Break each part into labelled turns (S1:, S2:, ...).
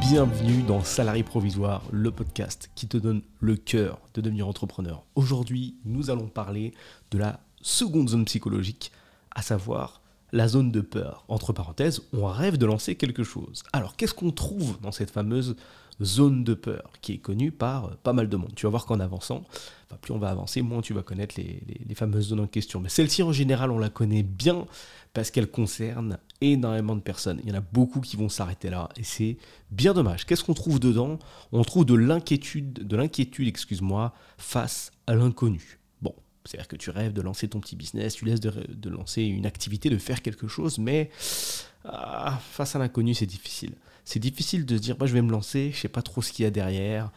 S1: Bienvenue dans Salarié Provisoire, le podcast qui te donne le cœur de devenir entrepreneur. Aujourd'hui, nous allons parler de la seconde zone psychologique, à savoir la zone de peur. Entre parenthèses, on rêve de lancer quelque chose. Alors, qu'est-ce qu'on trouve dans cette fameuse zone de peur qui est connue par pas mal de monde? Tu vas voir qu'en avançant, plus on va avancer, moins tu vas connaître les fameuses zones en question. Mais celle-ci, en général, on la connaît bien parce qu'elle concerne énormément de personnes. Il y en a beaucoup qui vont s'arrêter là et c'est bien dommage. Qu'est-ce qu'on trouve dedans? On trouve de l'inquiétude, face à l'inconnu. Bon, c'est-à-dire que tu rêves de lancer ton petit business, tu laisses de lancer une activité, de faire quelque chose, mais face à l'inconnu, c'est difficile. C'est difficile de se dire, je vais me lancer, je ne sais pas trop ce qu'il y a derrière,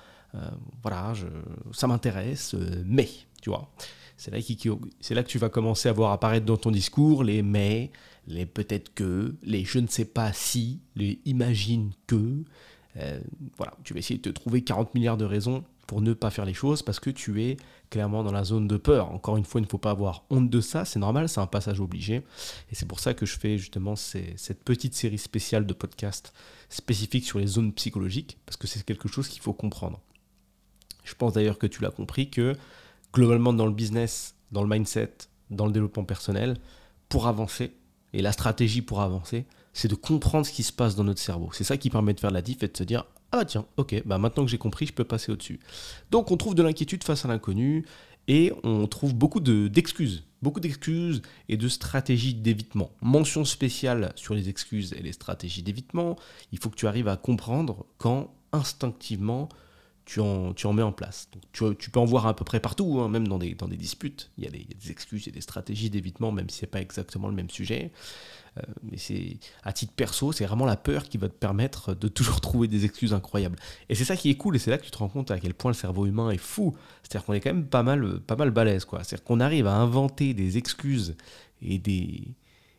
S1: ça m'intéresse, mais, tu vois. C'est là que tu vas commencer à voir apparaître dans ton discours les mais, les peut-être que, les je ne sais pas si, les imagine que. Tu vas essayer de te trouver 40 milliards de raisons pour ne pas faire les choses parce que tu es clairement dans la zone de peur. Encore une fois, il ne faut pas avoir honte de ça, c'est normal, c'est un passage obligé. Et c'est pour ça que je fais justement cette petite série spéciale de podcasts spécifiques sur les zones psychologiques parce que c'est quelque chose qu'il faut comprendre. Je pense d'ailleurs que tu l'as compris que globalement dans le business, dans le mindset, dans le développement personnel, pour avancer, et la stratégie pour avancer, c'est de comprendre ce qui se passe dans notre cerveau. C'est ça qui permet de faire la diff et de se dire « Ah tiens, ok, maintenant que j'ai compris, je peux passer au-dessus. » Donc on trouve de l'inquiétude face à l'inconnu et on trouve beaucoup d'excuses et de stratégies d'évitement. Mention spéciale sur les excuses et les stratégies d'évitement, il faut que tu arrives à comprendre quand instinctivement tu en mets en place. Donc, tu peux en voir à peu près partout, même dans des disputes. Il y a des excuses et des stratégies d'évitement, même si ce n'est pas exactement le même sujet. Mais c'est, à titre perso, c'est vraiment la peur qui va te permettre de toujours trouver des excuses incroyables. Et c'est ça qui est cool, et c'est là que tu te rends compte à quel point le cerveau humain est fou. C'est-à-dire qu'on est quand même pas mal balèze, quoi. C'est-à-dire qu'on arrive à inventer des excuses et des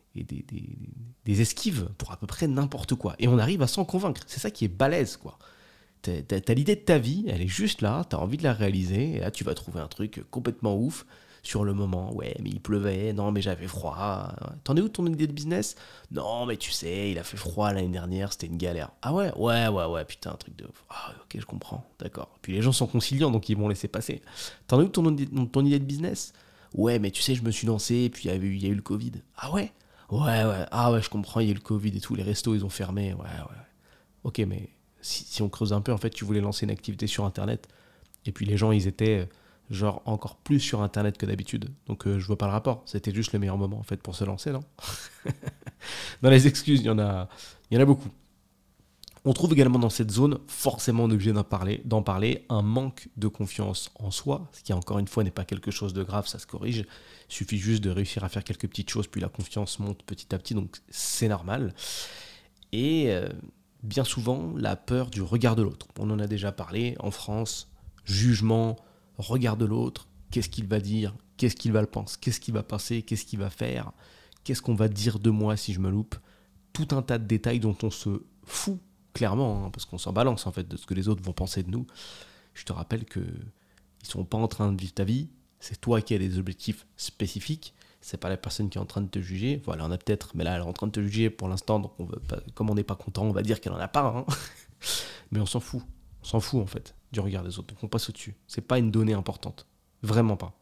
S1: esquives pour à peu près n'importe quoi. Et on arrive à s'en convaincre. C'est ça qui est balèze, quoi. T'as l'idée de ta vie, elle est juste là, t'as envie de la réaliser, et là tu vas trouver un truc complètement ouf sur le moment. Ouais, mais il pleuvait, non mais j'avais froid. T'en es où ton idée de business? Non mais tu sais, il a fait froid l'année dernière, c'était une galère. Ah ouais, putain, un truc de ouf. Ah ok, je comprends, d'accord. Puis les gens sont conciliants, donc ils vont laisser passer. T'en es où ton idée de business? Ouais, mais tu sais, je me suis lancé, et puis il y a eu le Covid. Ah ouais? Ouais, ah ouais, je comprends, il y a eu le Covid et tout, les restos ils ont fermé, ouais. Ok, mais si on creuse un peu, en fait, tu voulais lancer une activité sur Internet, et puis les gens, ils étaient genre encore plus sur Internet que d'habitude. Donc, je vois pas le rapport. C'était juste le meilleur moment, en fait, pour se lancer, non? Dans les excuses, il y en a beaucoup. On trouve également dans cette zone, forcément on est obligé d'en parler, un manque de confiance en soi, ce qui, encore une fois, n'est pas quelque chose de grave, ça se corrige. Il suffit juste de réussir à faire quelques petites choses, puis la confiance monte petit à petit, donc c'est normal. Et bien souvent, la peur du regard de l'autre. On en a déjà parlé en France, jugement, regard de l'autre, qu'est-ce qu'il va dire, qu'est-ce qu'il va penser, qu'est-ce qu'il va passer, qu'est-ce qu'il va faire, qu'est-ce qu'on va dire de moi si je me loupe. Tout un tas de détails dont on se fout clairement, parce qu'on s'en balance en fait de ce que les autres vont penser de nous. Je te rappelle qu'ils ne sont pas en train de vivre ta vie, c'est toi qui as des objectifs spécifiques. C'est pas la personne qui est en train de te juger. Voilà, on a peut-être, mais là, elle est en train de te juger pour l'instant, donc comme on n'est pas content, on va dire qu'elle en a pas. Hein. Mais on s'en fout. On s'en fout, en fait, du regard des autres. Donc on passe au-dessus. C'est pas une donnée importante. Vraiment pas.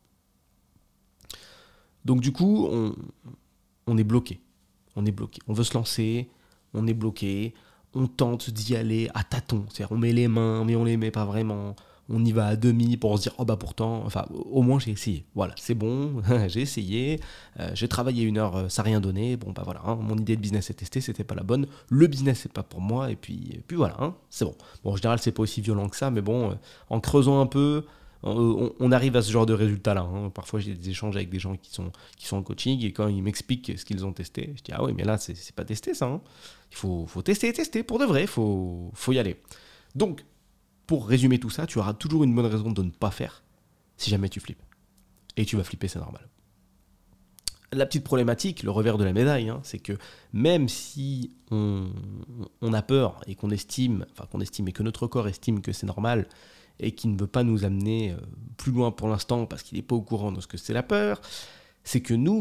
S1: Donc du coup, on est bloqué. On est bloqué. On veut se lancer, on est bloqué. On tente d'y aller à tâtons. C'est-à-dire, on met les mains, mais on les met pas vraiment. On y va à demi pour se dire pourtant, au moins j'ai essayé. Voilà, c'est bon, j'ai essayé, j'ai travaillé 1 heure, ça n'a rien donné. Bon, mon idée de business est testée, c'était pas la bonne. Le business, c'est pas pour moi, et puis voilà, c'est bon. Bon, en général, c'est pas aussi violent que ça, mais bon, en creusant un peu, on arrive à ce genre de résultat-là. Parfois, j'ai des échanges avec des gens qui sont en coaching, et quand ils m'expliquent ce qu'ils ont testé, je dis ah oui, mais là, c'est pas testé ça. Il faut tester pour de vrai, faut y aller. Donc, pour résumer tout ça, tu auras toujours une bonne raison de ne pas faire si jamais tu flippes. Et tu vas flipper, c'est normal. La petite problématique, le revers de la médaille, c'est que même si on a peur et qu'on estime et que notre corps estime que c'est normal et qu'il ne veut pas nous amener plus loin pour l'instant parce qu'il n'est pas au courant de ce que c'est la peur, c'est que nous,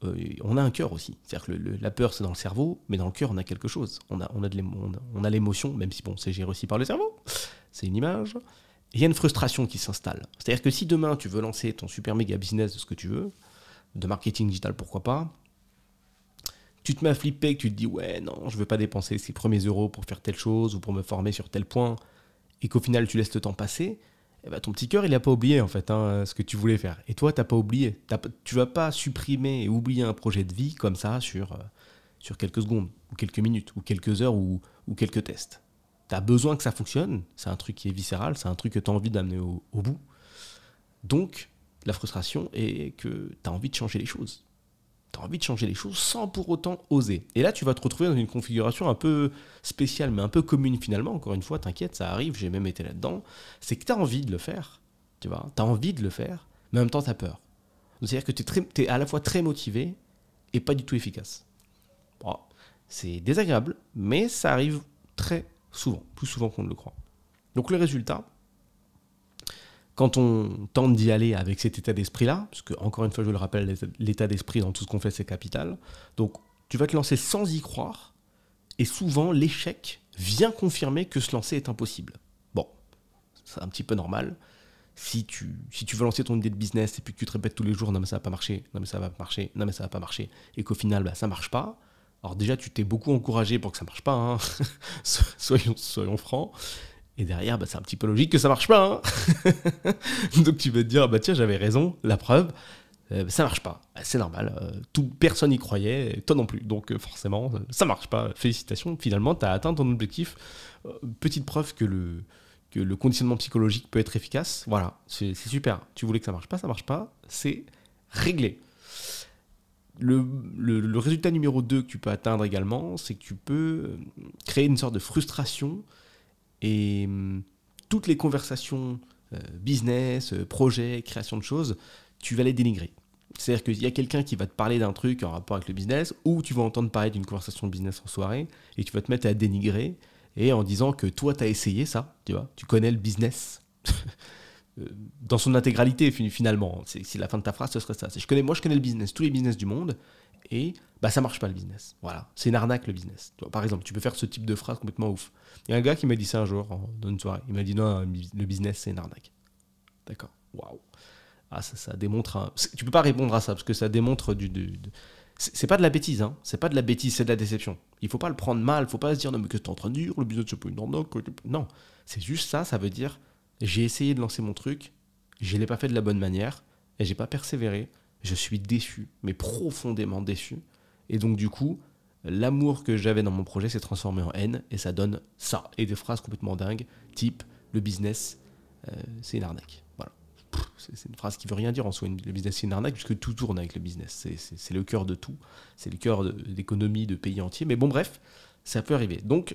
S1: on a un cœur aussi. C'est-à-dire que la peur, c'est dans le cerveau, mais dans le cœur, on a quelque chose. On a l'émotion, même si bon, c'est géré aussi par le cerveau. C'est une image. Et il y a une frustration qui s'installe. C'est-à-dire que si demain, tu veux lancer ton super méga business de ce que tu veux, de marketing digital, pourquoi pas, tu te mets à flipper, que tu te dis, ouais, non, je veux pas dépenser ces premiers euros pour faire telle chose ou pour me former sur tel point, et qu'au final, tu laisses le temps passer, eh ben, ton petit cœur, il n'a pas oublié, en fait, ce que tu voulais faire. Et toi, tu n'as pas oublié. Tu vas pas supprimer et oublier un projet de vie comme ça sur quelques secondes, ou quelques minutes, ou quelques heures, ou quelques tests. Tu as besoin que ça fonctionne. C'est un truc qui est viscéral, c'est un truc que tu as envie d'amener au bout. Donc, la frustration est que tu as envie de changer les choses. Tu as envie de changer les choses sans pour autant oser. Et là, tu vas te retrouver dans une configuration un peu spéciale, mais un peu commune finalement. Encore une fois, t'inquiète, ça arrive, j'ai même été là-dedans. C'est que tu as envie de le faire, tu vois. Tu as envie de le faire, mais en même temps, tu as peur. C'est-à-dire que tu es à la fois très motivé et pas du tout efficace. Bon, c'est désagréable, mais ça arrive très souvent, plus souvent qu'on ne le croit. Donc le résultat, quand on tente d'y aller avec cet état d'esprit-là, parce que, encore une fois, je le rappelle, l'état d'esprit dans tout ce qu'on fait, c'est capital. Donc, tu vas te lancer sans y croire, et souvent, l'échec vient confirmer que se lancer est impossible. Bon, c'est un petit peu normal. Si tu veux lancer ton idée de business, et puis que tu te répètes tous les jours, non mais ça va pas marcher, non mais ça va pas marcher, non mais ça va pas marcher, et qu'au final, ça marche pas, alors déjà, tu t'es beaucoup encouragé pour que ça marche pas, hein. soyons francs. Et derrière, c'est un petit peu logique que ça marche pas. Hein. Donc tu vas te dire, tiens, j'avais raison, la preuve, ça marche pas. C'est normal, personne n'y croyait, toi non plus. Donc forcément, ça marche pas. Félicitations, finalement, tu as atteint ton objectif. Petite preuve que le conditionnement psychologique peut être efficace. Voilà, c'est super. Tu voulais que ça marche pas, c'est réglé. Le résultat numéro 2 que tu peux atteindre également, c'est que tu peux créer une sorte de frustration. Et toutes les conversations business, projet, création de choses, tu vas les dénigrer. C'est-à-dire qu'il y a quelqu'un qui va te parler d'un truc en rapport avec le business, ou tu vas entendre parler d'une conversation business en soirée, et tu vas te mettre à dénigrer, et en disant que toi, tu as essayé ça, tu vois, tu connais le business. Dans son intégralité, finalement. Si la fin de ta phrase, ce serait ça. Je connais le business, tous les business du monde, et ça marche pas le business. Voilà, c'est une arnaque le business. Par exemple, tu peux faire ce type de phrase complètement ouf. Il y a un gars qui m'a dit ça un jour dans une soirée. Il m'a dit non, le business c'est une arnaque. D'accord. Waouh. Ah ça démontre. Tu peux pas répondre à ça parce que ça démontre c'est pas de la bêtise, hein. C'est pas de la bêtise, c'est de la déception. Il faut pas le prendre mal. Il faut pas se dire non mais qu'est-ce que t'es en train de dire, le business c'est pas une arnaque. Non, c'est juste ça. Ça veut dire j'ai essayé de lancer mon truc, je l'ai pas fait de la bonne manière et j'ai pas persévéré. Je suis déçu, mais profondément déçu. Et donc, du coup, l'amour que j'avais dans mon projet s'est transformé en haine et ça donne ça. Et des phrases complètement dingues, type le business, c'est une arnaque. Voilà. C'est une phrase qui veut rien dire en soi. Le business, c'est une arnaque puisque tout tourne avec le business. C'est le cœur de tout. C'est le cœur d'économie de pays entiers. Mais bon, bref, ça peut arriver. Donc,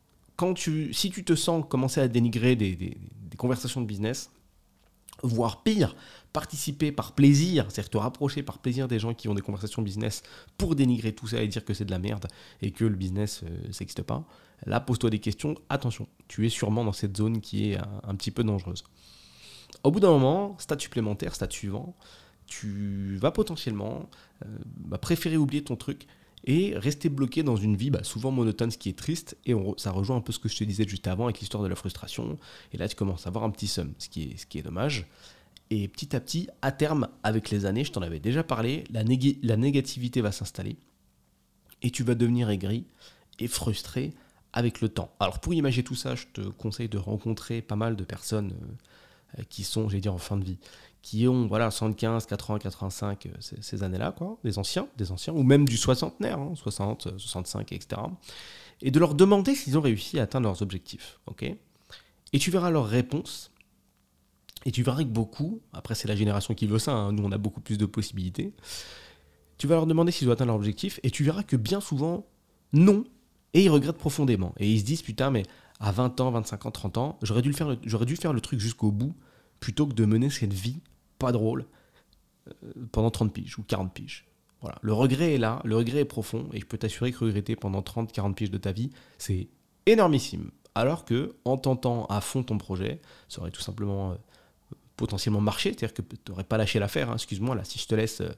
S1: si tu te sens commencer à dénigrer des conversations de business, voire pire, participer par plaisir, c'est-à-dire te rapprocher par plaisir des gens qui ont des conversations business pour dénigrer tout ça et dire que c'est de la merde et que le business n'existe pas, là pose-toi des questions, attention, tu es sûrement dans cette zone qui est un petit peu dangereuse. Au bout d'un moment, stade supplémentaire, stade suivant, tu vas potentiellement préférer oublier ton truc et rester bloqué dans une vie souvent monotone, ce qui est triste, et ça rejoint un peu ce que je te disais juste avant avec l'histoire de la frustration, et là tu commences à avoir un petit seum, ce qui est dommage, et petit à petit, à terme, avec les années, je t'en avais déjà parlé, la négativité va s'installer, et tu vas devenir aigri et frustré avec le temps. Alors pour imaginer tout ça, je te conseille de rencontrer pas mal de personnes qui sont, en fin de vie, qui ont 75, 80, 85, ces années-là, quoi, des anciens, ou même du soixantenaire, 60, 65, etc. Et de leur demander s'ils ont réussi à atteindre leurs objectifs. Okay, et tu verras leurs réponses, et tu verras que beaucoup, après c'est la génération qui veut ça, hein, nous on a beaucoup plus de possibilités, tu vas leur demander s'ils ont atteint leur objectif, et tu verras que bien souvent, non, et ils regrettent profondément. Et ils se disent, putain, mais à 20 ans, 25 ans, 30 ans, j'aurais dû faire le truc jusqu'au bout, plutôt que de mener cette vie pas drôle pendant 30 piges ou 40 piges. Voilà. Le regret est là, le regret est profond, et je peux t'assurer que regretter pendant 30, 40 piges de ta vie, c'est énormissime. Alors que, en tentant à fond ton projet, ça aurait tout simplement potentiellement marché, c'est-à-dire que tu n'aurais pas lâché l'affaire, hein. Excuse-moi, là, si je te laisse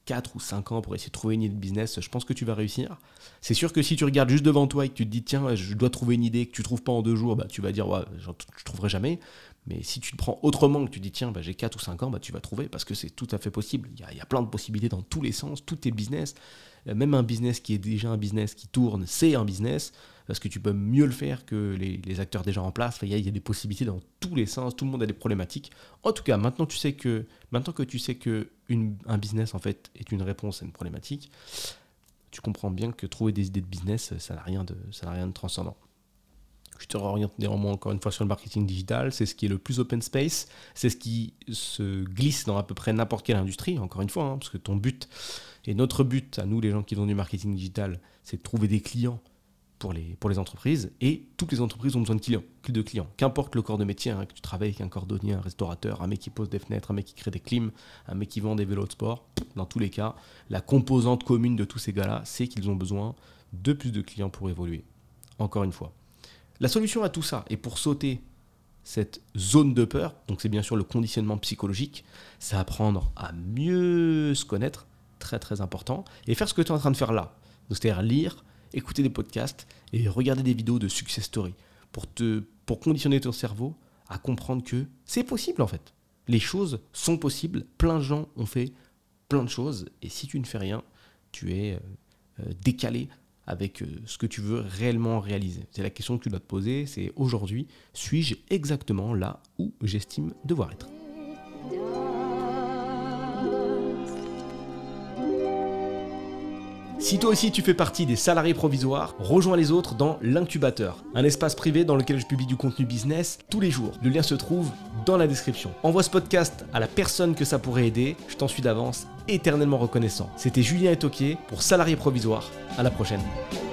S1: 4 ou 5 ans pour essayer de trouver une idée de business, je pense que tu vas réussir. C'est sûr que si tu regardes juste devant toi et que tu te dis tiens, je dois trouver une idée que tu trouves pas en 2 jours, tu vas dire ouais, je trouverai jamais. Mais si tu te prends autrement, que tu dis tiens, j'ai 4 ou 5 ans, tu vas trouver parce que c'est tout à fait possible. Il y a plein de possibilités dans tous les sens, tout est business. Même un business qui est déjà un business qui tourne, c'est un business parce que tu peux mieux le faire que les acteurs déjà en place. Il y a des possibilités dans tous les sens, tout le monde a des problématiques. En tout cas, maintenant que tu sais que un business en fait est une réponse à une problématique, tu comprends bien que trouver des idées de business, ça n'a rien de transcendant. Je te réoriente néanmoins encore une fois sur le marketing digital, c'est ce qui est le plus open space, c'est ce qui se glisse dans à peu près n'importe quelle industrie, encore une fois, parce que ton but, et notre but à nous les gens qui font du marketing digital, c'est de trouver des clients pour les entreprises, et toutes les entreprises ont besoin de clients, qu'importe le corps de métier, que tu travailles avec un cordonnier, un restaurateur, un mec qui pose des fenêtres, un mec qui crée des clims, un mec qui vend des vélos de sport, dans tous les cas, la composante commune de tous ces gars-là, c'est qu'ils ont besoin de plus de clients pour évoluer, encore une fois. La solution à tout ça, et pour sauter cette zone de peur, donc c'est bien sûr le conditionnement psychologique, c'est apprendre à mieux se connaître, très très important, et faire ce que tu es en train de faire là, c'est-à-dire lire, écouter des podcasts et regarder des vidéos de success story pour conditionner ton cerveau à comprendre que c'est possible en fait. Les choses sont possibles, plein de gens ont fait plein de choses, et si tu ne fais rien, tu es décalé avec ce que tu veux réellement réaliser. C'est la question que tu dois te poser, c'est aujourd'hui, suis-je exactement là où j'estime devoir être ? Si toi aussi tu fais partie des salariés provisoires, rejoins les autres dans l'incubateur, un espace privé dans lequel je publie du contenu business tous les jours. Le lien se trouve dans la description. Envoie ce podcast à la personne que ça pourrait aider, je t'en suis d'avance éternellement reconnaissant. C'était Julien Etoquier pour Salariés Provisoires, à la prochaine.